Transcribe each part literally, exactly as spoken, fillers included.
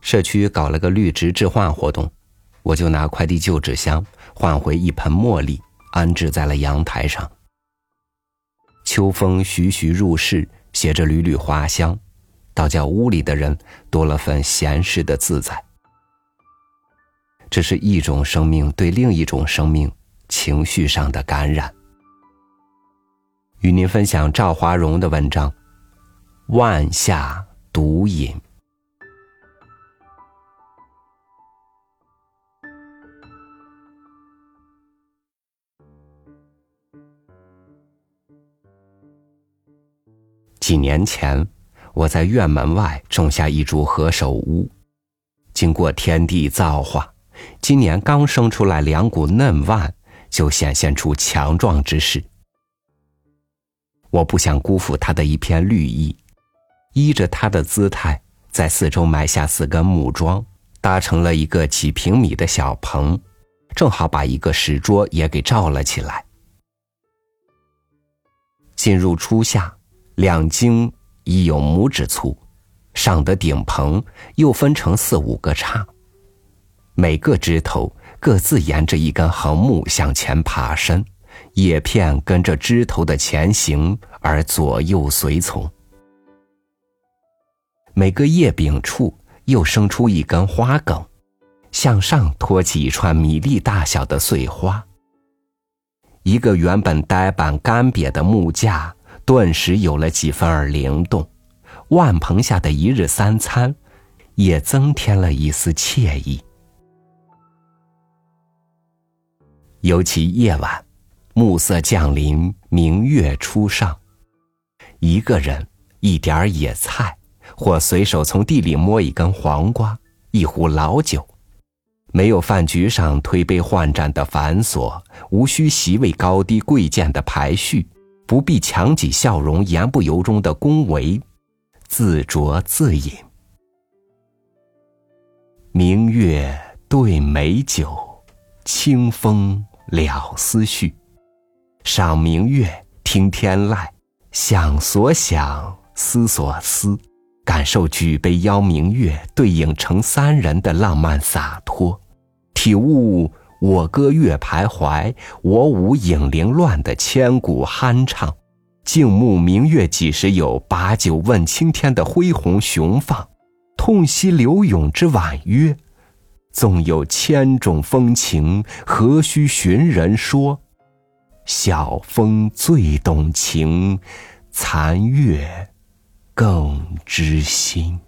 社区搞了个绿植置换活动，我就拿快递旧纸箱换回一盆茉莉，安置在了阳台上。秋风徐徐入室，携着缕缕花香，倒叫屋里的人多了份闲适的自在。这是一种生命对另一种生命情绪上的感染。与您分享赵华荣的文章《万夏独饮》。几年前，我在院门外种下一株何首乌，经过天地造化，今年刚生出来两股嫩蔓，就显现出强壮之势。我不想辜负它的一片绿意，依着它的姿态，在四周埋下四根木桩，搭成了一个几平米的小棚，正好把一个石桌也给罩了起来。进入初夏，两茎已有拇指粗，上的顶棚又分成四五个叉，每个枝头各自沿着一根横木向前爬伸，叶片跟着枝头的前行而左右随从。每个叶柄处又生出一根花梗，向上托起一串米粒大小的碎花。一个原本呆板干瘪的木架顿时有了几分儿灵动，万棚下的一日三餐也增添了一丝惬意。尤其夜晚，暮色降临，明月初上，一个人一点儿野菜，或随手从地里摸一根黄瓜，一壶老酒，没有饭局上推杯换盏的繁琐，无需席位高低贵贱的排序，不必强挤笑容言不由衷的恭维，自酌自饮。明月对美酒，清风了思绪。赏明月，听天籁，想所想，思所思，感受举杯邀明月对影成三人的浪漫洒脱，体悟我歌月徘徊，我舞影零乱的千古酣畅，静目明月几时有，把酒问青天的恢宏雄放，痛惜柳永之婉约，纵有千种风情，何须寻人说，晓风最动情，残月更知心。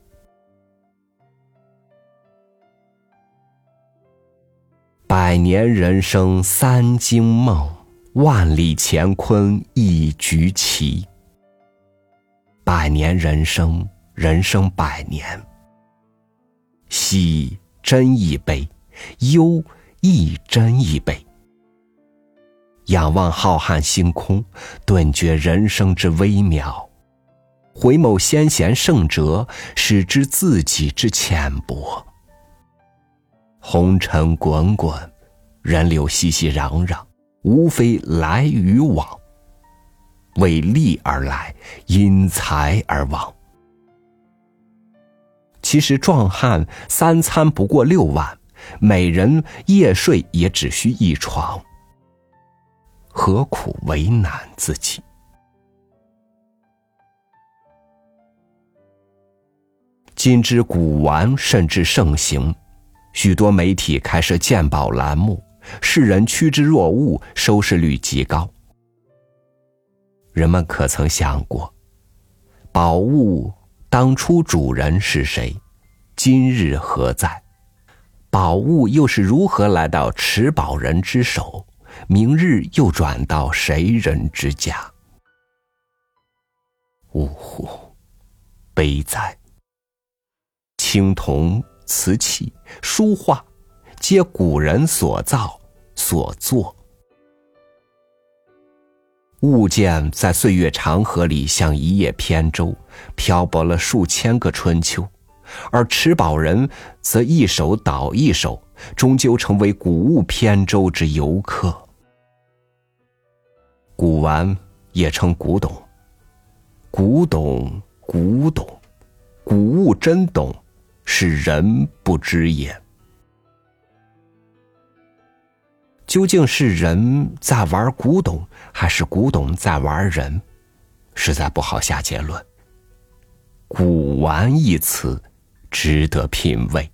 百年人生三惊梦，万里乾坤一局棋。百年人生，人生百年，喜斟一杯，忧亦斟一杯。仰望浩瀚星空，顿觉人生之微妙，回眸先贤圣哲，始知自己之浅薄。红尘滚滚，人流熙熙攘攘，无非来与往，为利而来，因财而往。其实壮汉三餐不过六碗，每人夜睡也只需一床，何苦为难自己？今之古玩甚至盛行，许多媒体开设鉴宝栏目，世人趋之若鹜，收视率极高。人们可曾想过，宝物当初主人是谁？今日何在？宝物又是如何来到持宝人之手？明日又转到谁人之家？呜呼，悲哉！青铜、瓷器、书画，皆古人所造所作。物件在岁月长河里像一叶扁舟，漂泊了数千个春秋，而持宝人则一手倒一手，终究成为古物扁舟之游客。古玩也称古董，古董古董，古物真懂， 是人不知也。究竟是人在玩古董，还是古董在玩人，实在不好下结论。古玩一词值得品味。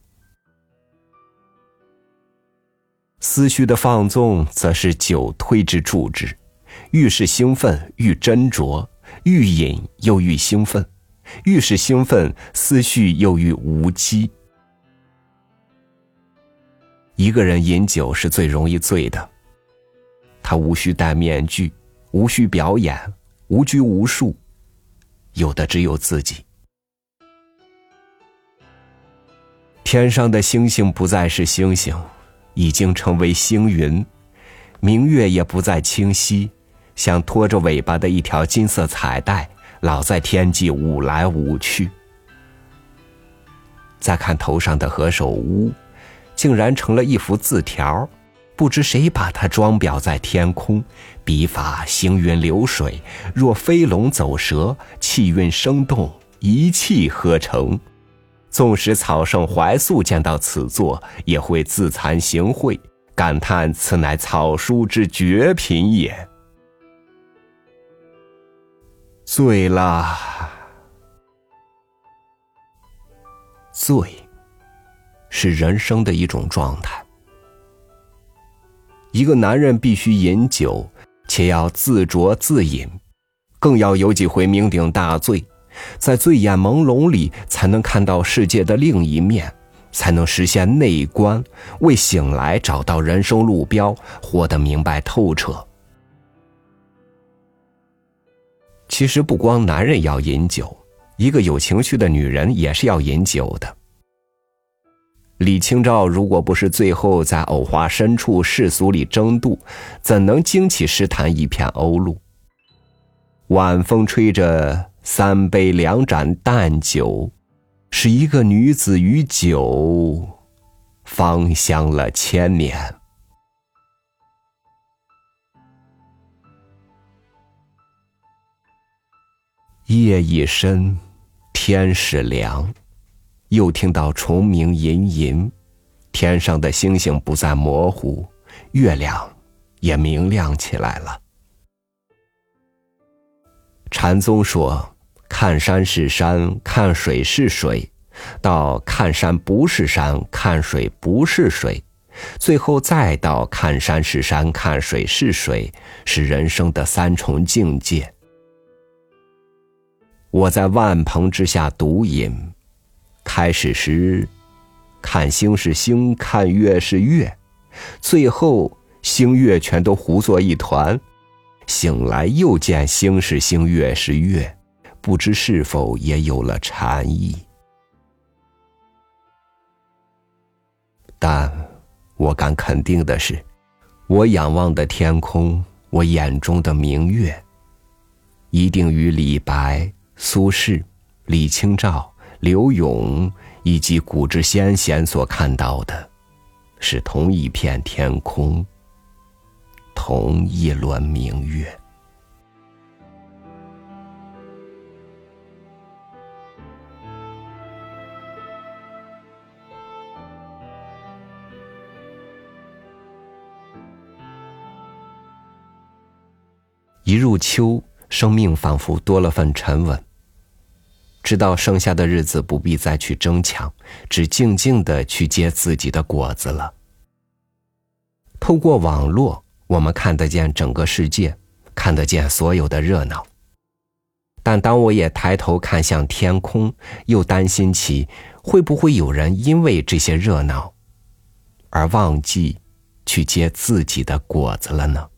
思绪的放纵则是酒推之助之，愈是兴奋愈斟酌，愈饮又愈兴奋，愈是兴奋思绪又愈无机。一个人饮酒是最容易醉的，他无需戴面具，无需表演，无拘无束，有的只有自己。天上的星星不再是星星，已经成为星云，明月也不再清晰，像拖着尾巴的一条金色彩带，老在天际舞来舞去。再看头上的何首乌，竟然成了一幅字条，不知谁把它装裱在天空，笔法行云流水，若飞龙走蛇，气韵生动，一气呵成。纵使草圣怀素见到此作，也会自惭形秽，感叹此乃草书之绝品也。醉了，醉是人生的一种状态。一个男人必须饮酒，且要自酌自饮，更要有几回酩酊大醉，在醉眼朦胧里才能看到世界的另一面，才能实现内观，为醒来找到人生路标，活得明白透彻。其实不光男人要饮酒，一个有情绪的女人也是要饮酒的。李清照如果不是最后在藕花深处世俗里争渡，怎能惊起诗坛一片鸥鹭？晚风吹着三杯两盏淡酒，使一个女子与酒芳香了千年。夜已深，天始凉，又听到虫鸣吟吟，天上的星星不再模糊，月亮也明亮起来了。禅宗说，看山是山，看水是水，到看山不是山，看水不是水，最后再到看山是山，看水是水，是人生的三重境界。我在万朋之下独饮，开始时看星是星，看月是月，最后星月全都糊作一团，醒来又见星是星，月是月，不知是否也有了禅意。但我敢肯定的是，我仰望的天空，我眼中的明月，一定与李白、苏轼、李清照、柳永以及古之先贤所看到的是同一片天空，同一轮明月。一入秋，生命仿佛多了份沉稳，知道剩下的日子不必再去争抢，只静静地去结自己的果子了。透过网络，我们看得见整个世界，看得见所有的热闹。但当我也抬头看向天空，又担心起会不会有人因为这些热闹而忘记去结自己的果子了呢？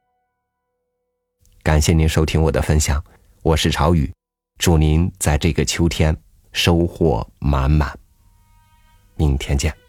感谢您收听我的分享，我是朝雨，祝您在这个秋天收获满满。明天见。